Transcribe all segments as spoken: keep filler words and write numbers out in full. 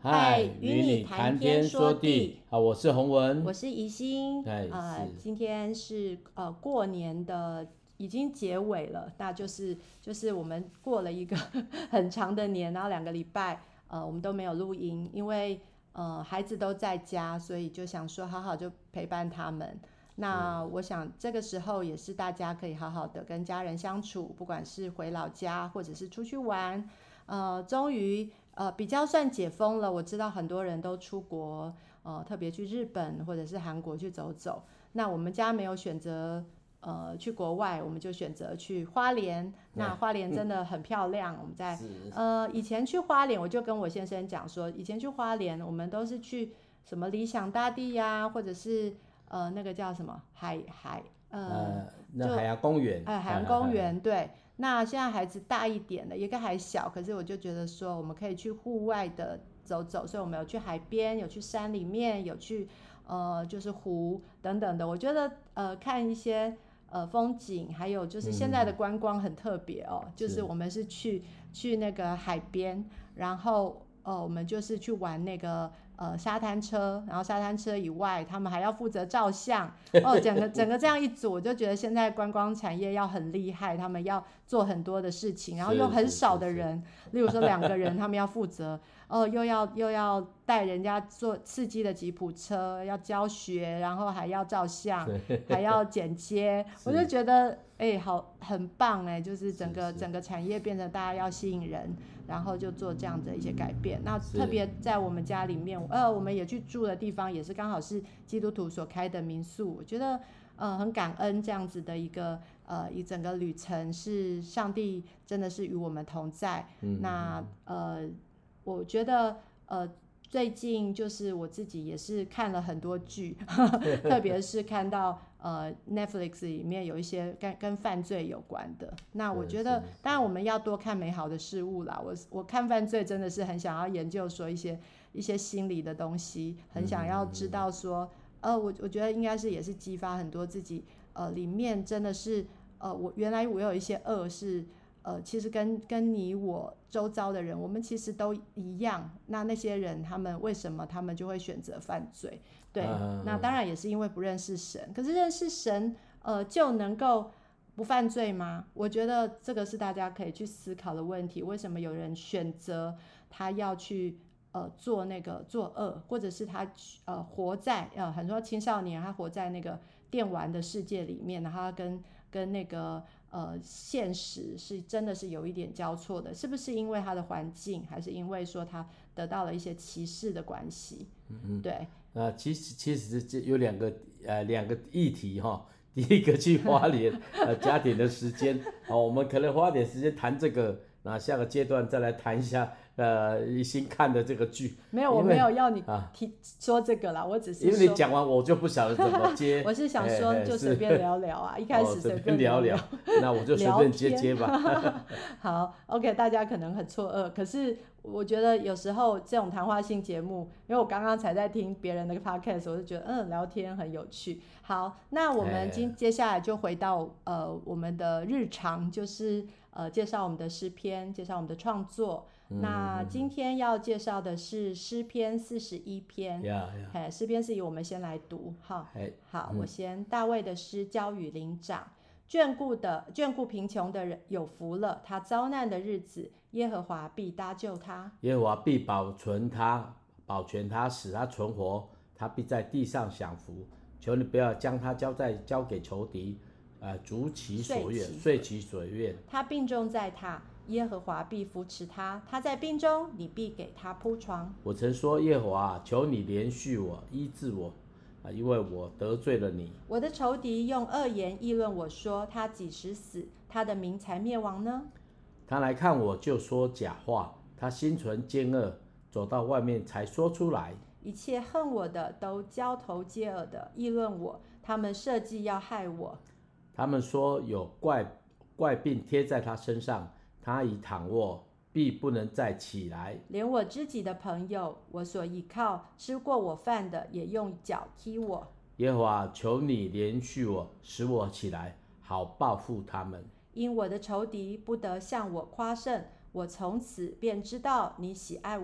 嗨，与你谈天说地啊，我是洪文， 我是怡心。 呃， 今天是呃过年的，已经结尾了，那就是就是我们过了一个很长的年，然后两个礼拜，呃，我们都没有录音，因为呃孩子都在家，所以就想说好好就陪伴他们。那我想这个时候也是大家可以好好的跟家人相处，不管是回老家或者是出去玩，呃，终于呃比较算解封了。我知道很多人都出国，呃，特别去日本或者是韩国去走走。那我们家没有选择呃去国外，我们就选择去花莲。那花莲真的很漂亮。我们在呃以前去花莲，我就跟我先生讲说，以前去花莲我们都是去什么理想大地呀、啊，或者是呃那个叫什么海海呃， 呃那海洋公园， 哎，海洋公园对。那现在孩子大一点了，一个还小，可是我就觉得说我们可以去户外的走走，所以我们有去海边，有去山里面，有去呃就是湖等等的。我觉得呃看一些呃风景，还有就是现在的观光很特别哦，嗯、就是我们是去去那个海边，然后呃我们就是去玩那个。呃，沙滩车，然后沙滩车以外，他们还要负责照相哦，整个整个这样一组，我就觉得现在观光产业要很厉害，他们要做很多的事情，然后用很少的人，例如说两个人，他们要负责哦，又要又要带人家坐刺激的吉普车，要教学，然后还要照相，还要剪接，我就觉得哎、欸，好很棒哎，就是整个整个产业变成大家要吸引人。然后就做这样的一些改变。那特别在我们家里面，呃，我们也去住的地方，也是刚好是基督徒所开的民宿。我觉得，呃，很感恩这样子的一个呃一整个旅程，是上帝真的是与我们同在。嗯、那呃，我觉得呃。最近就是我自己也是看了很多剧，特别是看到呃 Netflix 里面有一些跟跟犯罪有关的。那我觉得，当然我们要多看美好的事物啦。我我看犯罪真的是很想要研究说一些一些心理的东西，很想要知道说，呃，我我觉得应该是也是激发很多自己呃里面真的是呃我原来我有一些恶是。呃，其实跟跟你我周遭的人，我们其实都一样。那那些人，他们为什么他们就会选择犯罪？对，啊、那当然也是因为不认识神。可是认识神，呃，就能够不犯罪吗？我觉得这个是大家可以去思考的问题。为什么有人选择他要去呃做那个作恶，或者是他呃活在呃很多青少年他活在那个电玩的世界里面，然后他跟跟那个。呃，现实是真的是有一点交错的，是不是因为他的环境，还是因为说他得到了一些歧视的关系？嗯嗯，对。 呃，其实其实有两个呃两个议题哈。第一个去花莲呃家庭的时间，好，我们可能花点时间谈这个，那下个阶段再来谈一下呃新看的这个剧。 没有，我没有要你提、啊、说这个啦，我只是说因为你讲完我就不晓得怎么接。 我是想说就随便聊聊啊，一开始随便聊聊， 哦、那我就随便接接吧。 好 ，OK， 大家可能很错愕，可是我觉得有时候这种谈话性节目，因为我刚刚才在听别人的 podcast， 我就觉得嗯聊天很有趣。好，那我们今接下来就回到呃我们的日常，就是呃介绍我们的诗篇，介绍我们的创作。那今天要介绍的是诗篇四十一篇， yeah, yeah. 诗篇是由我们先来读哈。好，我先大卫的诗，交与灵长。眷顾的眷顾贫穷的人有福了，他遭难的日子，耶和华必搭救他。 耶和华必保存他，保全他，使他存活，他必在地上享福。求你不要将他交在交给仇敌，呃，逐其所愿，遂其所愿。 他病重在榻，耶和华必扶持他，他在病中，你必给他铺床。 我曾说，耶和华，求你怜恤我，医治我，啊，因为我得罪了你。 我的仇敌用恶言议论我说，他几时死，他的名才灭亡呢？ 他来看我就说假话，他心存奸恶，走到外面才说出来。 一切恨我的都交头接耳的议论我，他们设计要害我。 他们说有怪怪病贴在他身上，他已躺卧，必不能再起来。 连我知己的朋友，我所依靠吃过我饭的，也用脚踢我。 耶和华，求你怜恤我，使我起来，好报复他们。 因我的仇敌不得向我夸胜，我从此便知道你喜爱我。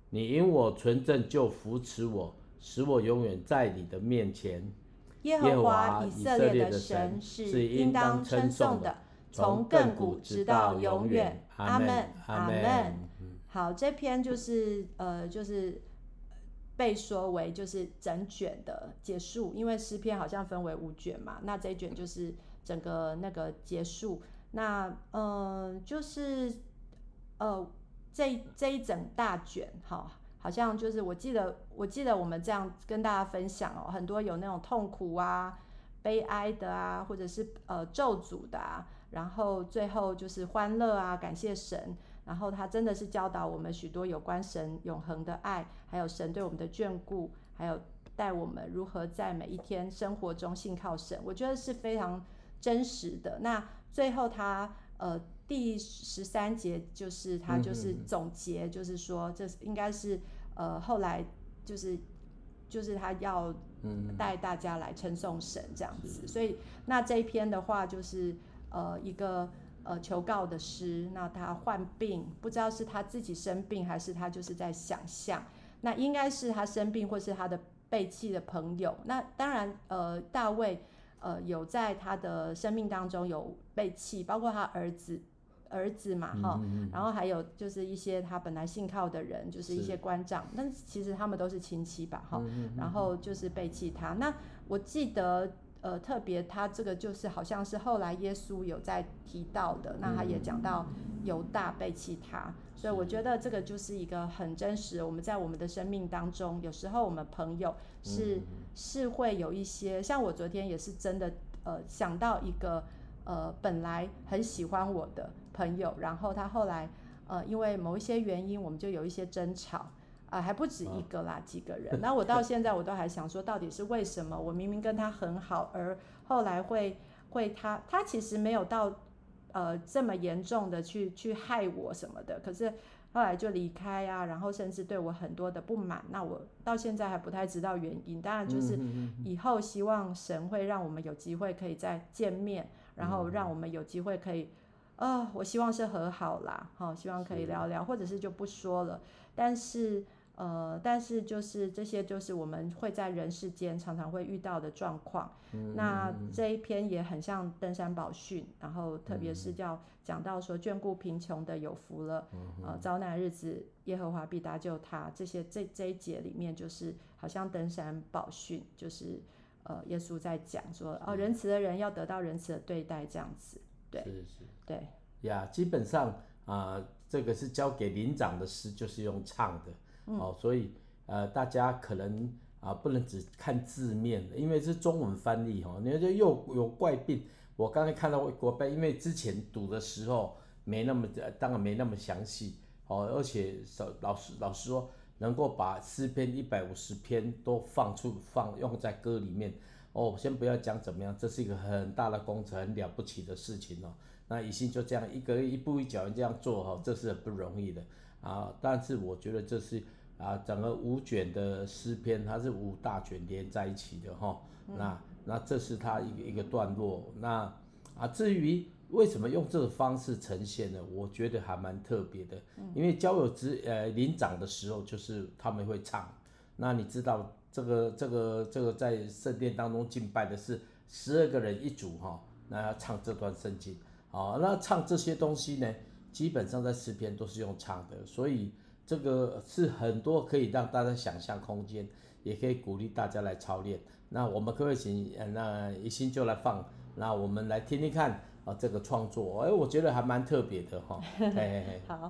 你因我纯正就扶持我，使我永远在你的面前。 耶和华以色列的神是应当称颂的，从亘古直到永远。阿们，阿们。好，这篇就是呃，就是被说为就是整卷的结束，因为诗篇好像分为五卷嘛，那这一卷就是整个那个结束。那呃，就是呃，这这一整大卷，哈，好像就是我记得，我记得我们这样跟大家分享哦，很多有那种痛苦啊、悲哀的啊，或者是呃咒诅的啊，然后最后就是欢乐啊，感谢神。然后他真的是教导我们许多有关神永恒的爱，还有神对我们的眷顾，还有带我们如何在每一天生活中信靠神，我觉得是非常真实的。那最后他呃第十三节就是他就是总结，就是说这应该是呃后来就是就是他要带大家来称颂神这样子，所以那这一篇的话就是呃一个。呃，求告的诗，那他患病，不知道是他自己生病，还是他就是在想象。那应该是他生病，或是他的背弃的朋友。那当然，呃，大卫，呃，有在他的生命当中有背弃，包括他儿子，儿子嘛，哈、嗯，然后还有就是一些他本来信靠的人，就是一些官长，但其实他们都是亲戚吧，哈、嗯，然后就是背弃他。那我记得。呃，特别他这个就是好像是后来耶稣有在提到的，那他也讲到犹大背弃他，所以我觉得这个就是一个很真实。我们在我们的生命当中，有时候我们朋友是、嗯、是会有一些，像我昨天也是真的呃想到一个呃本来很喜欢我的朋友，然后他后来呃因为某一些原因，我们就有一些争吵。啊、呃，还不止一个啦，几个人。那我到现在我都还想说，到底是为什么？我明明跟他很好，而后来会会他他其实没有到呃这么严重的去去害我什么的，可是后来就离开啊，然后甚至对我很多的不满。那我到现在还不太知道原因。当然就是以后希望神会让我们有机会可以再见面，然后让我们有机会可以。呃，我希望是和好啦，好、哦，希望可以聊聊，或者是就不说了。但是，呃，但是就是这些，就是我们会在人世间常常会遇到的状况。嗯、那这一篇也很像登山宝训，然后特别是叫讲到说眷顾贫穷的有福了，嗯、呃，遭难日子耶和华必搭救他。这些这这一节里面就是好像登山宝训，就是呃耶稣在讲说，哦，仁慈的人要得到仁慈的对待，这样子。对，是是，对呀，基本上啊、呃，这个是交给灵长的诗，就是用唱的，嗯、哦，所以呃，大家可能啊、呃、不能只看字面，因为是中文翻译哈，你就又有怪病。我刚才看到国碑，因为之前读的时候没那么，当然没那么详细哦，而且老师老师说能够把诗篇一百五十篇都放出放用在歌里面。哦，先不要讲怎么样，这是一个很大的工程，很了不起的事情哦。那以心就这样一个一步一脚这样做哈、哦，这是很不容易的啊。但是我觉得这是啊，整个五卷的诗篇，它是五大卷连在一起的哈、哦嗯。那那这是它一个一个段落。那啊，至于为什么用这个方式呈现呢？我觉得还蛮特别的，因为交友之呃领长的时候，就是他们会唱。那你知道？这个这个这个在圣殿当中敬拜的是十二个人一组哈，那要唱这段圣经，好，那唱这些东西呢，基本上在诗篇都是用唱的，所以这个是很多可以让大家想象空间，也可以鼓励大家来操练。那我们可不可以请那一心就来放，那我们来听听看啊这个创作，哎，我觉得还蛮特别的哈，哎， 好。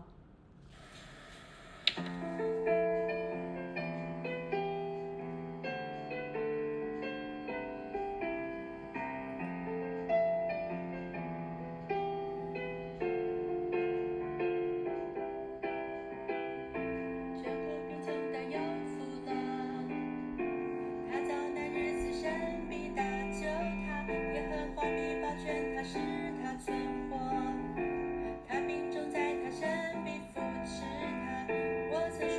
他病重在他身必扶持他，我曾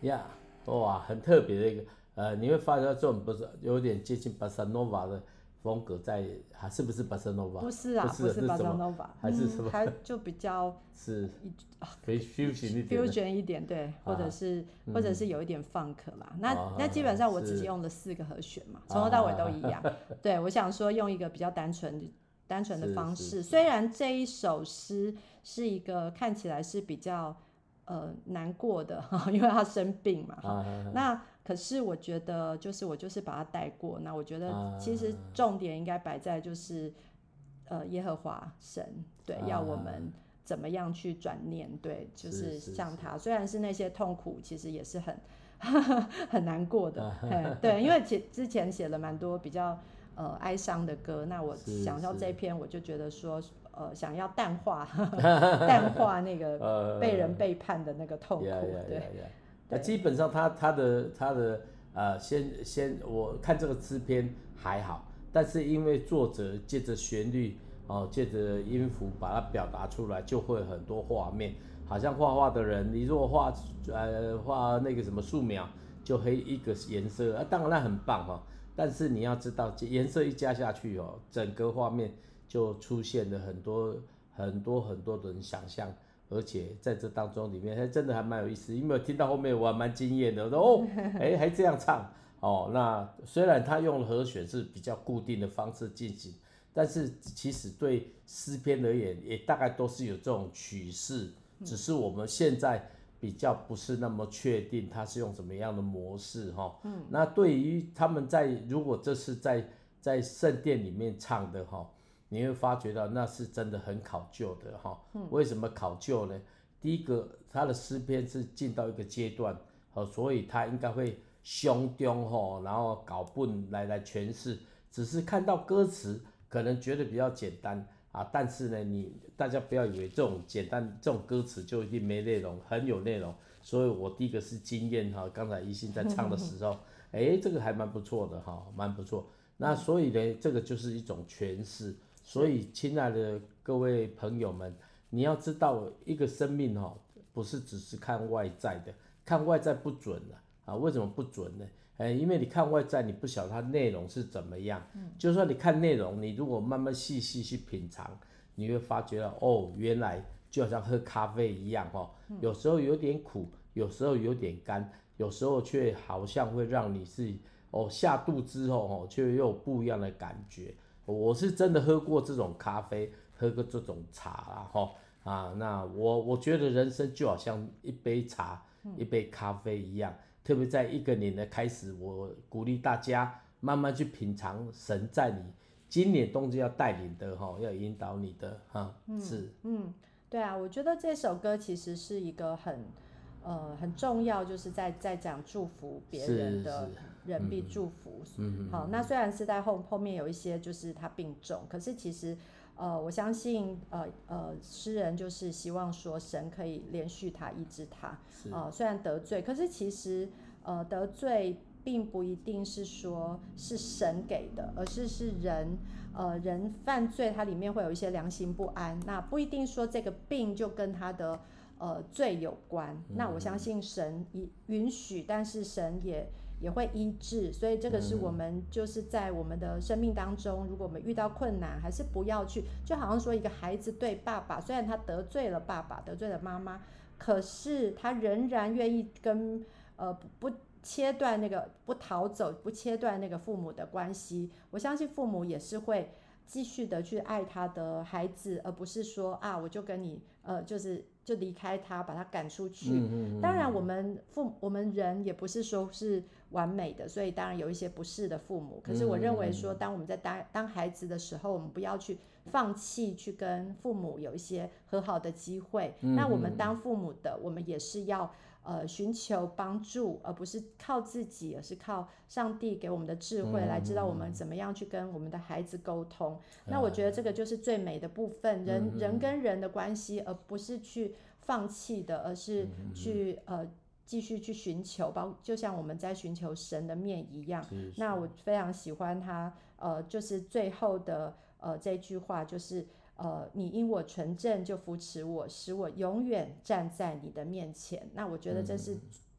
呀，哇，很特别的一个，呃，你会发觉到这种不是有点接近巴塞诺瓦的风格在，还是不是巴塞诺瓦？ 不是啊， 不是， 不是是 bossa 什么？ nova， 还是什么？ 嗯，还就比较是一非 fusion 一点的 fusion 一点，对，或者啊， 是、或者是有一点 funk 啦。那那基本啊， 上我只是是用了四个和弦嘛，从头到尾都一样。 啊， 对，我想说用一个比较单纯单纯的是方式， 是是虽然这一首诗是一个看起来是比较呃难过的，因为他生病嘛，哈。 啊那可是我觉得，就是我就是把它带过。那我觉得其实啊重点应该摆在就是呃耶和华神，对，要我啊， 们怎么样去转念，对，就是是是是像他，虽然是那些痛苦，其实也是很很难过的， 啊， 嘿，对，因为其之前写了蛮多比较呃哀伤的歌，那我是想到这一是， 篇，我就觉得说，呃，想要淡化淡化那个被人呃， 背叛的那个痛苦， 呀呀呀对呀，那对， 基本上他他的他的呃，先先我看这个诗篇还好，但是因为作者借着旋律哦，借着音符把它表达出来，就会有很多画面，好像画画的人，你如果画呃画那个什么素描，就黑一个颜色啊，当然那很棒哦，但是你要知道颜色一加下去哦，整个画面就出现了很多很多很多的人想象。而且在这当中里面，还真的还蛮有意思，因为我听到后面我还蛮惊艳的，我说哦，哎，还这样唱哦。那虽然他用和弦是比较固定的方式进行，但是其实对诗篇而言，也大概都是有这种曲式，只是我们现在比较不是那么确定它是用什么样的模式哈。嗯，那对于他们在如果这是在在圣殿里面唱的哈。你会发觉到那是真的很考究的哈。为什么考究呢？第一个，他的诗篇是进到一个阶段，哦，所以他应该会胸中吼，然后搞本来来诠释。只是看到歌词，可能觉得比较简单啊，但是呢，你大家不要以为这种简单这种歌词就一定没内容，很有内容。所以我第一个是经验哈，刚才一心在唱的时候，哎，这个还蛮不错的哈，蛮不错。那所以呢，这个就是一种诠释。所以，亲爱的各位朋友们，你要知道，一个生命哈、哦，不是只是看外在的，看外在不准的啊。为什么不准呢？哎，因为你看外在，你不晓得它内容是怎么样。嗯，就算你看内容，你如果慢慢细细去品尝，你会发觉到，哦，原来就好像喝咖啡一样哦，有时候有点苦，有时候有点干，有时候却好像会让你是哦下肚之后哦，却又有不一样的感觉。我是真的喝过这种咖啡，喝过这种茶啦，哈啊，那我我觉得人生就好像一杯茶、一杯咖啡一样，特别在一个年的开始，我鼓励大家慢慢去品尝神在你今年冬季要带领的哈，要引导你的哈，是， 嗯，对啊，我觉得这首歌其实是一个很呃很重要，就是在在讲祝福别人的是人必祝福。 嗯好，那虽然是在后后面有一些就是他病重，可是其实呃我相信呃呃诗人就是希望说神可以连续他医治他，呃虽然得罪，可是其实呃得罪并不一定是说是神给的，而是是人。呃，人犯罪，它里面会有一些良心不安，那不一定说这个病就跟他的呃罪有关。那我相信神允许，但是神也也会医治，所以这个是我们就是在我们的生命当中，如果我们遇到困难，还是不要去，就好像说一个孩子对爸爸，虽然他得罪了爸爸，得罪了妈妈，可是他仍然愿意跟呃不。切断那个不逃走，不切断那个父母的关系，我相信父母也是会继续的去爱他的孩子，而不是说啊，我就跟你呃，就是就离开他，把他赶出去。嗯嗯嗯当然，我们父我们人也不是说是完美的，所以当然有一些不是的父母。可是我认为说，当我们在当当孩子的时候，我们不要去放弃去跟父母有一些和好的机会。嗯那我们当父母的，我们也是要。呃，寻求帮助，而不是靠自己，而是靠上帝给我们的智慧，来知道我们怎么样去跟我们的孩子沟通。嗯、那我觉得这个就是最美的部分，人、嗯、人跟人的关系，而不是去放弃的，而是去呃继续去寻求，包就像我们在寻求神的面一样。那我非常喜欢他，呃，就是最后的呃这句话，就是。呃，你因我纯正就扶持我，使我永远站在你的面前。那我觉得这是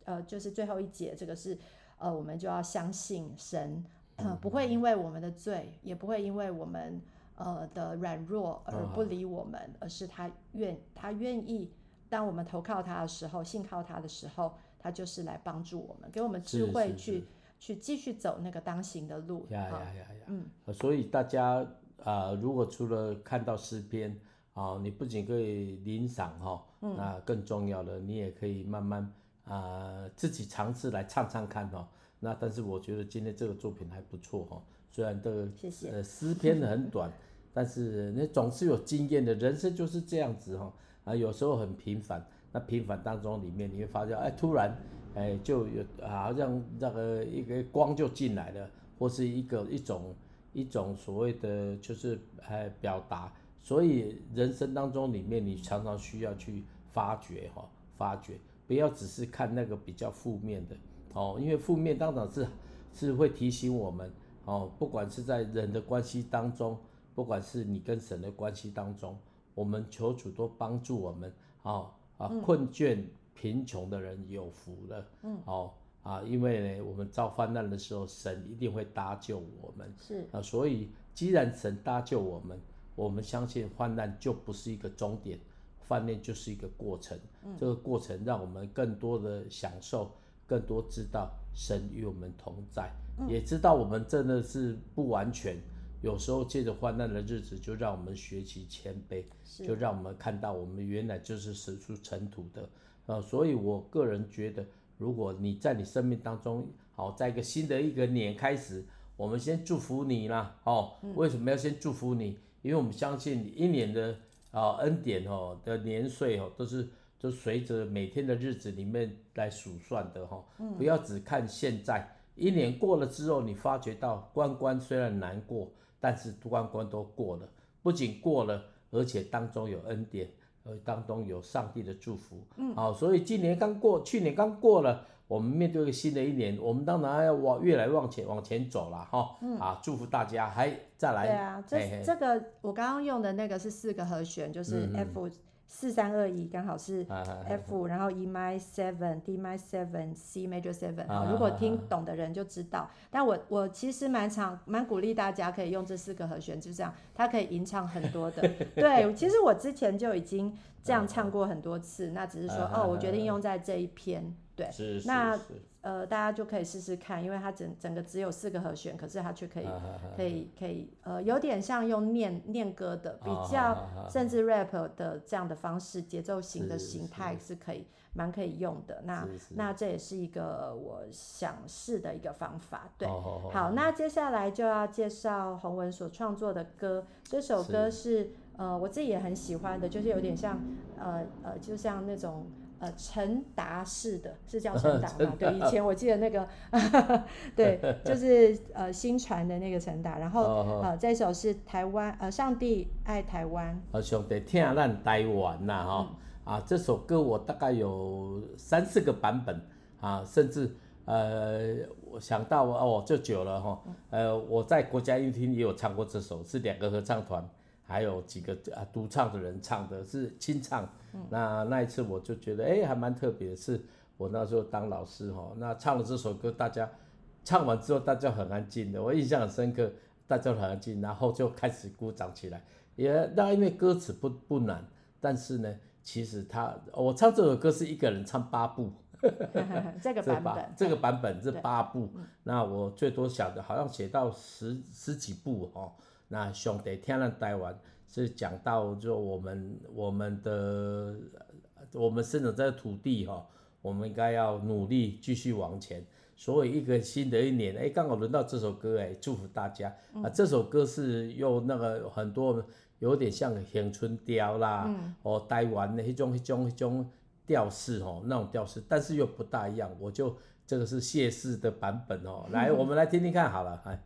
呃，就是最后一节，这个是呃，我们就要相信神，呃，不会因为我们的罪，也不会因为我们呃的软弱而不理我们，而是他愿他愿意，当我们投靠他的时候，信靠他的时候，他就是来帮助我们，给我们智慧去去继续走那个当行的路。 呀呀呀呀，嗯，所以大家啊、呃，如果除了看到诗篇啊、呃，你不仅可以领赏哈、哦，嗯，那更重要的，你也可以慢慢啊、呃、自己尝试来唱唱看哦。那但是我觉得今天这个作品还不错哈、哦，虽然这个谢谢呃诗篇很短，但是你总是有经验的，人生就是这样子哈、哦，啊，有时候很平凡，那平凡当中里面你会发现，哎，突然。哎，就有好像那个一个光就进来了，或是一个一种一种所谓的就是哎表达，所以人生当中里面你常常需要去发掘哈、哦，发掘，不要只是看那个比较负面的哦，因为负面当然是是会提醒我们哦，不管是在人的关系当中，不管是你跟神的关系当中，我们求主多帮助我们哦啊困倦。贫穷的人有福了，嗯，哦啊，因为呢，我们遭患难的时候，神一定会搭救我们， 是啊，所以既然神搭救我们，我们相信患难就不是一个终点，患难就是一个过程，嗯，这个过程让我们更多的享受，更多知道神与我们同在，嗯，也知道我们真的是不完全。有时候借着患难的日子，就让我们学习谦卑，就让我们看到我们原来就是死出尘土的。呃，所以我个人觉得，如果你在你生命当中，好，在一个新的一个年开始，我们先祝福你啦，哦，为什么要先祝福你？因为我们相信一年的啊恩典哦的年岁哦，都是都随着每天的日子里面来数算的哈、哦，不要只看现在，一年过了之后，你发觉到关关虽然难过，但是关关都过了，不仅过了，而且当中有恩典。呃，当中有上帝的祝福，嗯，好、哦，所以今年刚过，去年刚过了，我们面对一个新的一年，我们当然要往越来往前往前走了哈、哦，嗯，啊，祝福大家，还再来， 对啊，这嘿嘿这个我刚刚用的那个是四个和弦，就是 F 四三二一，刚好是 F，、嗯、然后 E m seven、D m seven、C major seven，、啊、如果听懂的人就知道。但我我其实蛮常蛮鼓励大家可以用这四个和弦，就这样，它可以吟唱很多的。对，其实我之前就已经这样唱过很多次，那只是说哦，我决定用在这一篇。对， 是是那是呃，大家就可以试试看，因为它整整个只有四个和弦，可是它却可以、啊、可以可以呃，有点像用念念歌的，比较、啊、甚至 rap 的这样的方式，节奏型的形态是可以蛮可以用的。那那这也是一个我想试的一个方法。对，哦、好，那接下来就要介绍洪文所创作的歌，这首歌是呃我自己也很喜欢的，就是有点像呃呃，就像那种。呃，陈达式的，是叫陈达吗？对，以前我记得那个，对，就是呃新传的那个陈达。然后、哦、呃，这首是台湾，呃，上帝爱台湾。 呃，上帝疼咱台湾呐，哈、嗯、啊，这首歌我大概有三四个版本啊，甚至呃，我想到哦，就久了哈，呃，我在国家音乐厅也有唱过这首，是两个合唱团。还有几个啊独唱的人唱的是清唱，嗯、那那一次我就觉得哎还蛮特别的是，我那时候当老师哈、哦，那唱了这首歌，大家唱完之后大家很安静的，我印象很深刻，大家很安静，然后就开始鼓掌起来。也那因为歌词不不难，但是呢，其实他我唱这首歌是一个人唱八部。 这个版本， 这个版本是八部，那我最多想的好像写到十十几部哦。那上帝疼咱台湾是讲到就我们我们的我们生长在土地哈、哦，我们应该要努力继续往前。所以一个新的一年，哎，刚好轮到这首歌，哎，祝福大家、嗯、啊！这首歌是用那个很多有点像乡村调啦，嗯、哦，台湾的那种那种那种调式哦，那种调式，但是又不大一样。我就这个是谢氏的版本哦，来，嗯、我们来听听看好了，来。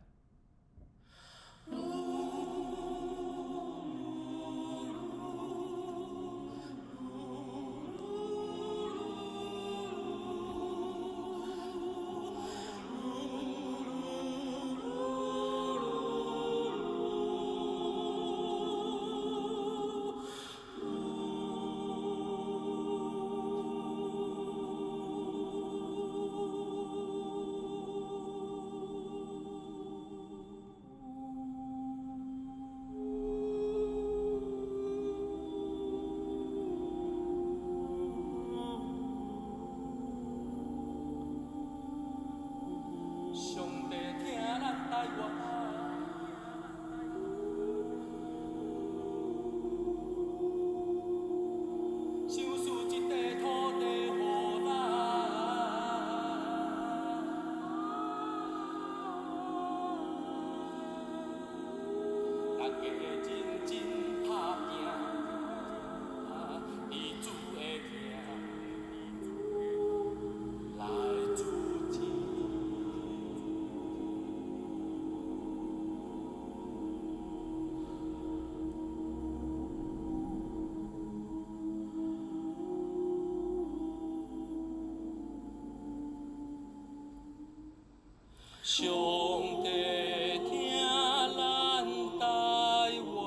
上帝听咱台湾，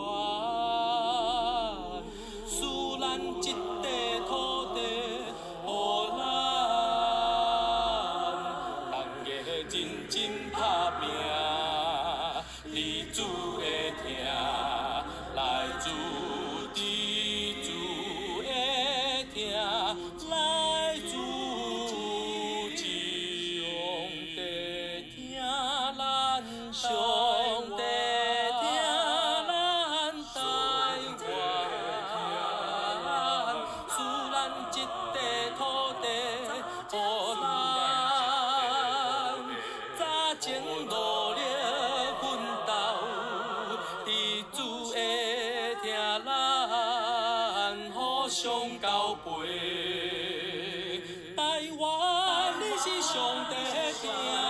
赐咱一块土地，予咱大家认真打拼，你主会听，来自地主会听，来自上帝听咱上帝听咱台湾，赐咱一块土地，予咱早前努力奋斗，地主会听咱互相交陪。台湾，你是上帝听。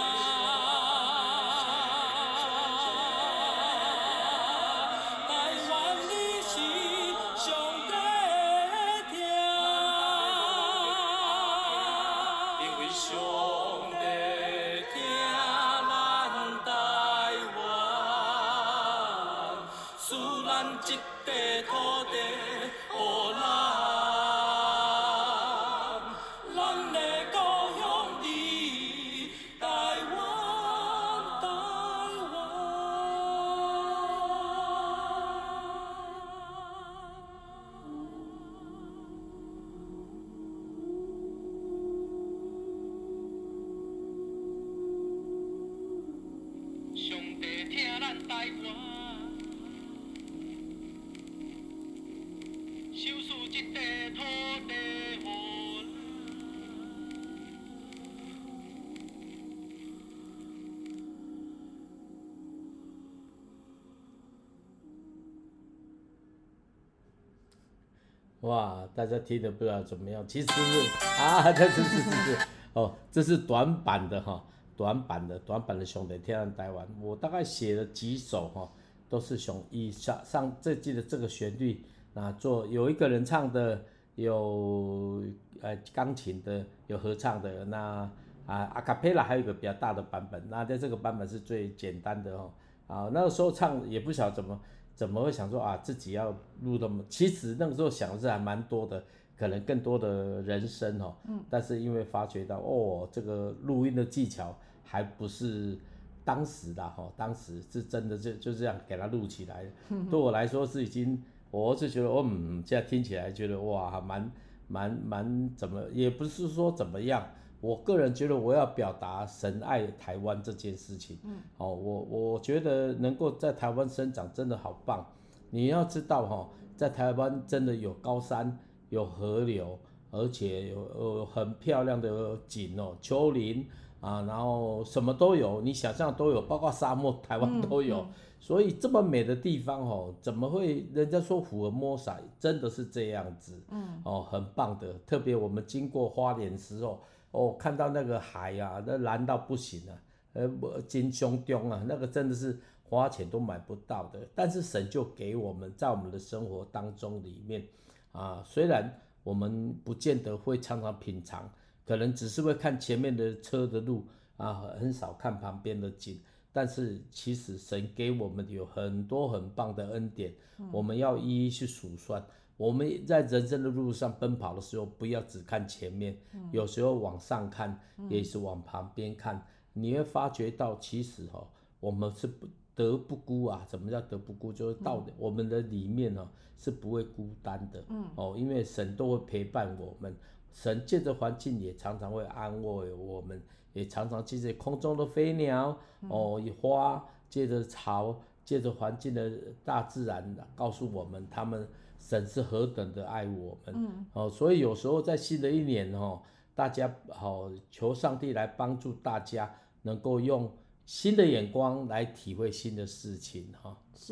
台湾，你是上帝听。因为上帝听咱台湾，赐咱一块土地，予咱。咱的故乡里，台湾，台湾。上帝听咱台湾，收赐一块土地予咱。 哇，大家听得不知道怎么样？其实是啊，这是是是是哦，这是短版的哈，短版的短版的兄弟天然台湾，我大概写了几首哈，都是熊以上上这季的这个旋律啊做，有一个人唱的，有呃钢琴的，有合唱的，那啊阿卡贝拉还有一个比较大的版本，那在这个版本是最简单的哦。啊，那个时候唱也不晓得怎么。怎么会想说啊自己要录那么？其实那个时候想的是还蛮多的，可能更多的人声哦。嗯。但是因为发觉到哦，这个录音的技巧还不是当时的哈、哦，当时是真的就就这样给它录起来。嗯。对我来说是已经，我是觉得哦嗯，现在听起来觉得哇，蛮蛮蛮怎么，也不是说怎么样。我个人觉得我要表达神爱台湾这件事情，嗯，哦，我我觉得能够在台湾生长真的好棒。你要知道哈、哦，在台湾真的有高山，有河流，而且有有很漂亮的景哦，丘陵啊，然后什么都有，你想象都有，包括沙漠，台湾都有。嗯嗯、所以这么美的地方哦，怎么会人家说福尔摩沙真的是这样子？嗯，哦，很棒的。特别我们经过花莲时候。哦，看到那个海啊，那蓝到不行啊，呃，金胸中啊，那个真的是花钱都买不到的。但是神就给我们在我们的生活当中里面啊，虽然我们不见得会常常品尝，可能只是会看前面的车的路啊，很少看旁边的景。但是其实神给我们有很多很棒的恩典，嗯、我们要一一去数算。我们在人生的路上奔跑的时候，不要只看前面，嗯、有时候往上看，嗯、也是往旁边看，你会发觉到，其实哦，我们是不得不孤啊。什么叫得不孤？就是到我们的里面哦，是不会孤单的，嗯、哦，因为神都会陪伴我们，神借着环境也常常会安慰我们，也常常借着空中的飞鸟，哦，花，借着草，借着环境的大自然告诉我们他们。神是何等的爱我们，嗯哦、所以有时候在新的一年哦，大家好、哦、求上帝来帮助大家能够用新的眼光来体会新的事情哈、哦。 是，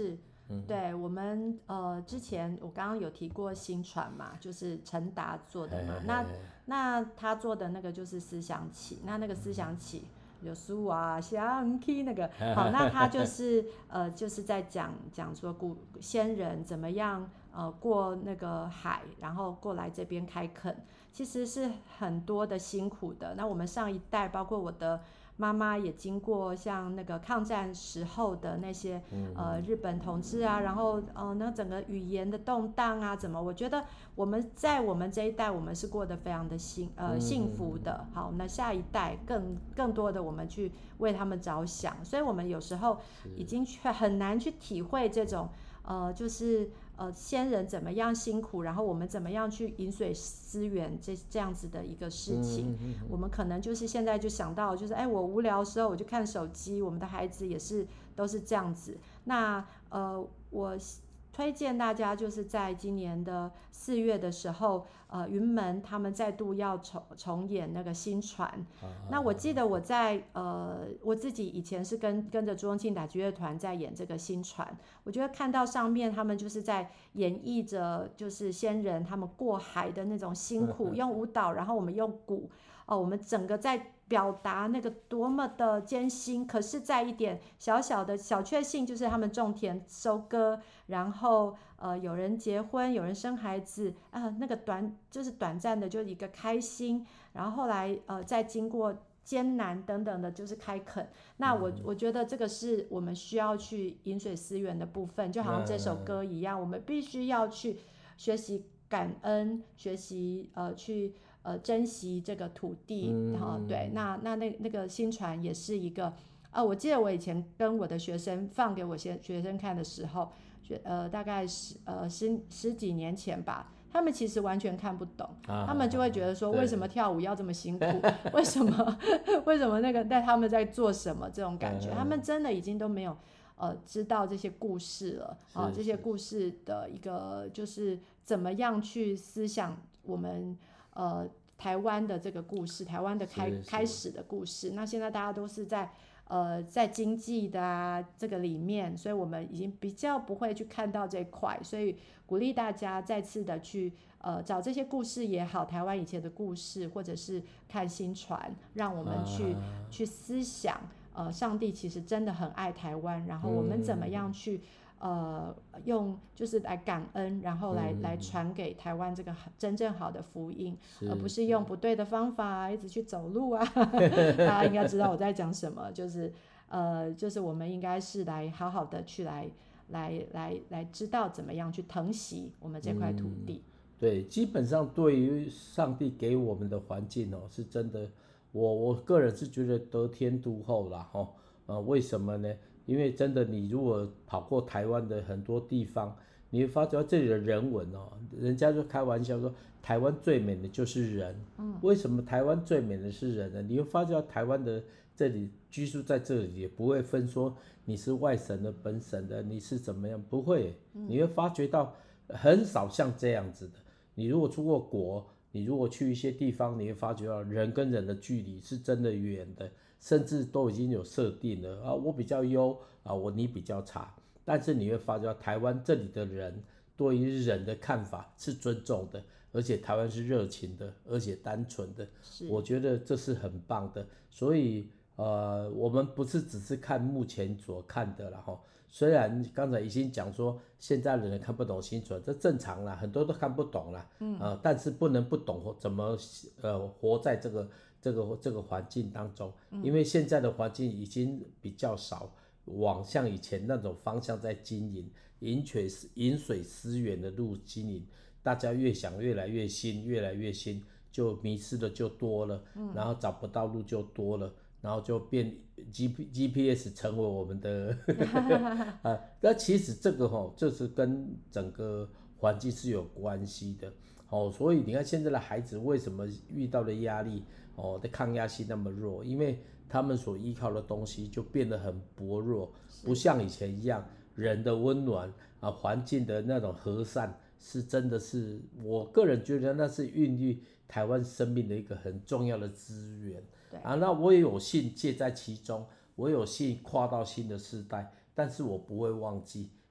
嗯， 对我们呃之前我刚刚有提过新传嘛，就是陈达做的嘛，那那他做的那个就是思想起，那那个思想起有书啊想起那个好，那他就是呃就是在讲讲说古先人怎么样呃过那个海，然后过来这边开垦，其实是很多的辛苦的。那我们上一代，包括我的妈妈也经过像那个抗战时候的那些呃日本统治啊，然后呃那整个语言的动荡啊，怎么？我觉得我们在我们这一代，我们是过得非常的幸呃幸福的。好，那下一代更更多的我们去为他们着想，所以我们有时候已经却很难去体会这种呃就是呃先人怎么样辛苦，然后我们怎么样去饮水思源这这样子的一个事情。嗯嗯嗯，我们可能就是现在就想到，就是哎，我无聊的时候我就看手机，我们的孩子也是都是这样子。那呃，我推荐大家就是在今年的四月的时候，呃，云门他们再度要重重演那个新传。啊、那我记得我在呃我自己以前是跟跟着朱宗庆打击乐团在演这个新传，我觉得看到上面他们就是在演绎着就是先人他们过海的那种辛苦，用舞蹈，然后我们用鼓。哦，我们整个在表达那个多么的艰辛，可是在一点小小的小确幸，就是他们种田收割，然后呃有人结婚，有人生孩子啊、呃，那个短就是短暂的就一个开心，然后后来呃再经过艰难等等的，就是开垦。那我我觉得这个是我们需要去饮水思源的部分，就好像这首歌一样，我们必须要去学习感恩，学习呃去。呃，珍惜这个土地，嗯哦、对，那那那那个新传也是一个，呃，我记得我以前跟我的学生放给我学学生看的时候，学呃大概十呃十十几年前吧，他们其实完全看不懂，啊、他们就会觉得说，为什么跳舞要这么辛苦？为什么为什么那个在他们在做什么这种感觉？他们真的已经都没有呃知道这些故事了啊、呃，这些故事的一个就是怎么样去思想我们。呃，台湾的这个故事，台湾的开开始的故事，那现在大家都是在呃在经济的啊这个里面，所以我们已经比较不会去看到这块，所以鼓励大家再次的去呃找这些故事也好，台湾以前的故事，或者是看新传，让我们去、啊、去思想，呃，上帝其实真的很爱台湾，然后我们怎么样去。呃，用就是来感恩，然后来、嗯、来传给台湾这个真正好的福音，而不是用不对的方法一直去走路啊。大家应该知道我在讲什么，就是呃，就是我们应该是来好好的去来来来来知道怎么样去疼惜我们这块土地。 嗯、对，基本上对于上帝给我们的环境哦，是真的，我我个人是觉得得天独厚啦，哦，呃，为什么呢？因为真的，你如果跑过台湾的很多地方，你会发觉这里的人文哦，人家就开玩笑说，台湾最美的就是人。嗯，为什么台湾最美的是人呢？你会发觉台湾的这里居住在这里，也不会分说你是外省的、本省的，你是怎么样，不会。你会发觉到很少像这样子的。你如果出过国，你如果去一些地方，你会发觉到人跟人的距离是真的远的。甚至都已经有设定了啊，我比较优啊，我你比较差。但是你会发觉台湾这里的人对于人的看法是尊重的，而且台湾是热情的，而且单纯的。我觉得这是很棒的。所以呃，我们不是只是看目前所看的啦齁。虽然刚才已经讲说现在的人看不懂新传，这正常啦，很多都看不懂啦。嗯、呃，但是不能不懂怎么呃活在这个。这个这个环境当中，因为现在的环境已经比较少往像以前那种方向在经营，饮水饮水思源的路经营，大家越想越来越新，越来越新，就迷失的就多了，嗯、然后找不到路就多了，然后就变 G G P S 成为我们的啊，那其实这个吼、哦，这是跟整个环境是有关系的。哦，所以你看现在的孩子为什么遇到的压力，哦，的抗压性那么弱？因为他们所依靠的东西就变得很薄弱，不像以前一样，人的温暖啊，环境的那种和善，是真的是，我个人觉得那是孕育台湾生命的一个很重要的资源。对啊，那我也有幸介在其中，我有幸跨到新的世代，但是我不会忘记。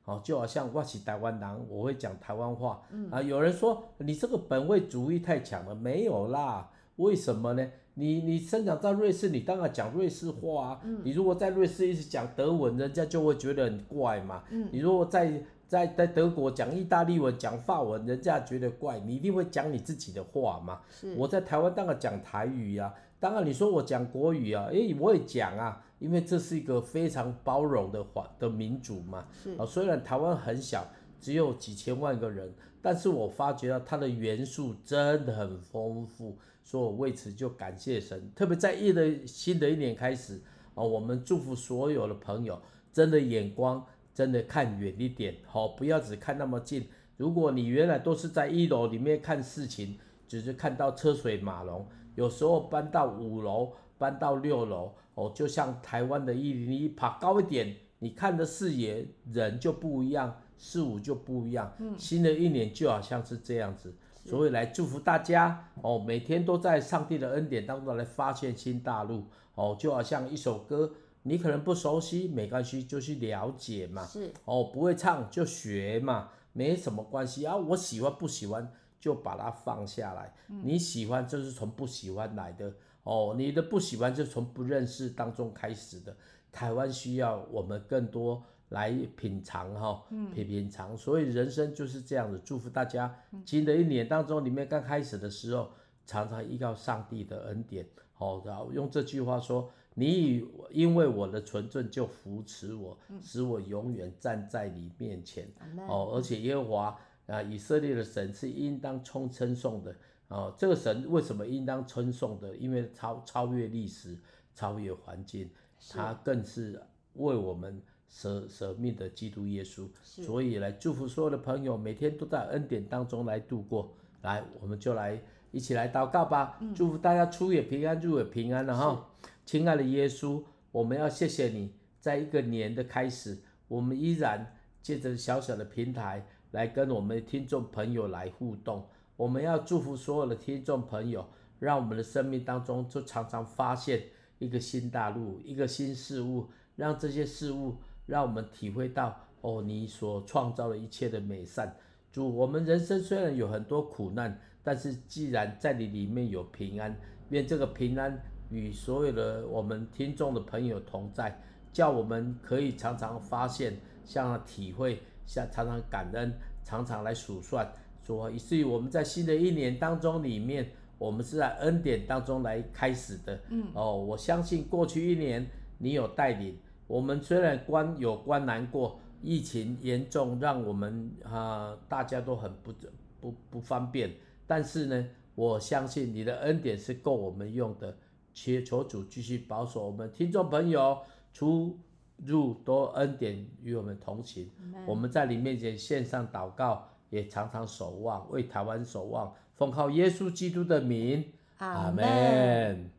哦，就好像我是台湾人，我会讲台湾话。 嗯啊，有人说你这个本位主义太强了，没有啦。为什么呢？你你生长在瑞士，你当然讲瑞士话啊。 嗯你如果在瑞士一直讲德文，人家就会觉得很怪嘛。 嗯你如果在在在德国讲意大利文、讲法文，人家觉得怪，你一定会讲你自己的话嘛。 是我在台湾当然讲台语啊，当然你说我讲国语啊，诶，我也讲啊，因为这是一个非常包容的华的民族嘛。 是啊，虽然台湾很小，只有几千万个人，但是我发觉到它的元素真的很丰富，所以我为此就感谢神。特别在一的新的一年开始啊，我们祝福所有的朋友，真的眼光真的看远一点，好，不要只看那么近。如果你原来都是在一楼里面看事情，只是看到车水马龙，有时候搬到五楼，搬到六楼，哦，就像台湾的一零一爬高一点，你看的视野人就不一样，事物就不一样。嗯，新的一年就好像是这样子，所以来祝福大家哦，每天都在上帝的恩典当中来发现新大陆哦，就好像一首歌。你可能不熟悉，没关系，就去了解嘛。 是哦，不会唱就学嘛，没什么关系啊。我喜欢不喜欢就把它放下来。嗯、你喜欢就是从不喜欢来的哦，你的不喜欢就是从不认识当中开始的。台湾需要我们更多来品尝哈、哦，品品尝。所以人生就是这样子。祝福大家，新的一年当中，里面刚开始的时候，常常依靠上帝的恩典。哦，然后用这句话说。你因为我的纯正就扶持我，使我永远站在你面前。哦，而且耶和华啊，以色列的神是应当称称颂的。哦，这个神为什么应当称颂的？因为超超越历史，超越环境，他更是为我们舍舍命的基督耶稣。所以来祝福所有的朋友，每天都在恩典当中来度过。来，我们就来一起来祷告吧，嗯、祝福大家出也平安，入也平安了哈。亲爱的耶稣，我们要谢谢你，在一个年的开始，我们依然借着小小的平台来跟我们的听众朋友来互动。我们要祝福所有的听众朋友，让我们的生命当中就常常发现一个新大陆，一个新事物，让这些事物让我们体会到哦，你所创造的一切的美善。主，我们人生虽然有很多苦难，但是既然在你里面有平安，愿这个平安与所有的我们听众的朋友同在，叫我们可以常常发现，像体会，像常常感恩，常常来数算，说以至于我们在新的一年当中里面，我们是在恩典当中来开始的。嗯，哦，我相信过去一年你有带领我们，虽然关有关难过，疫情严重，让我们啊、呃、大家都很不不不方便，但是呢，我相信你的恩典是够我们用的。求主继续保守我们听众朋友出入都恩典与我们同行。我们在你面前献上祷告，也常常守望，为台湾守望，奉靠耶稣基督的名，阿们。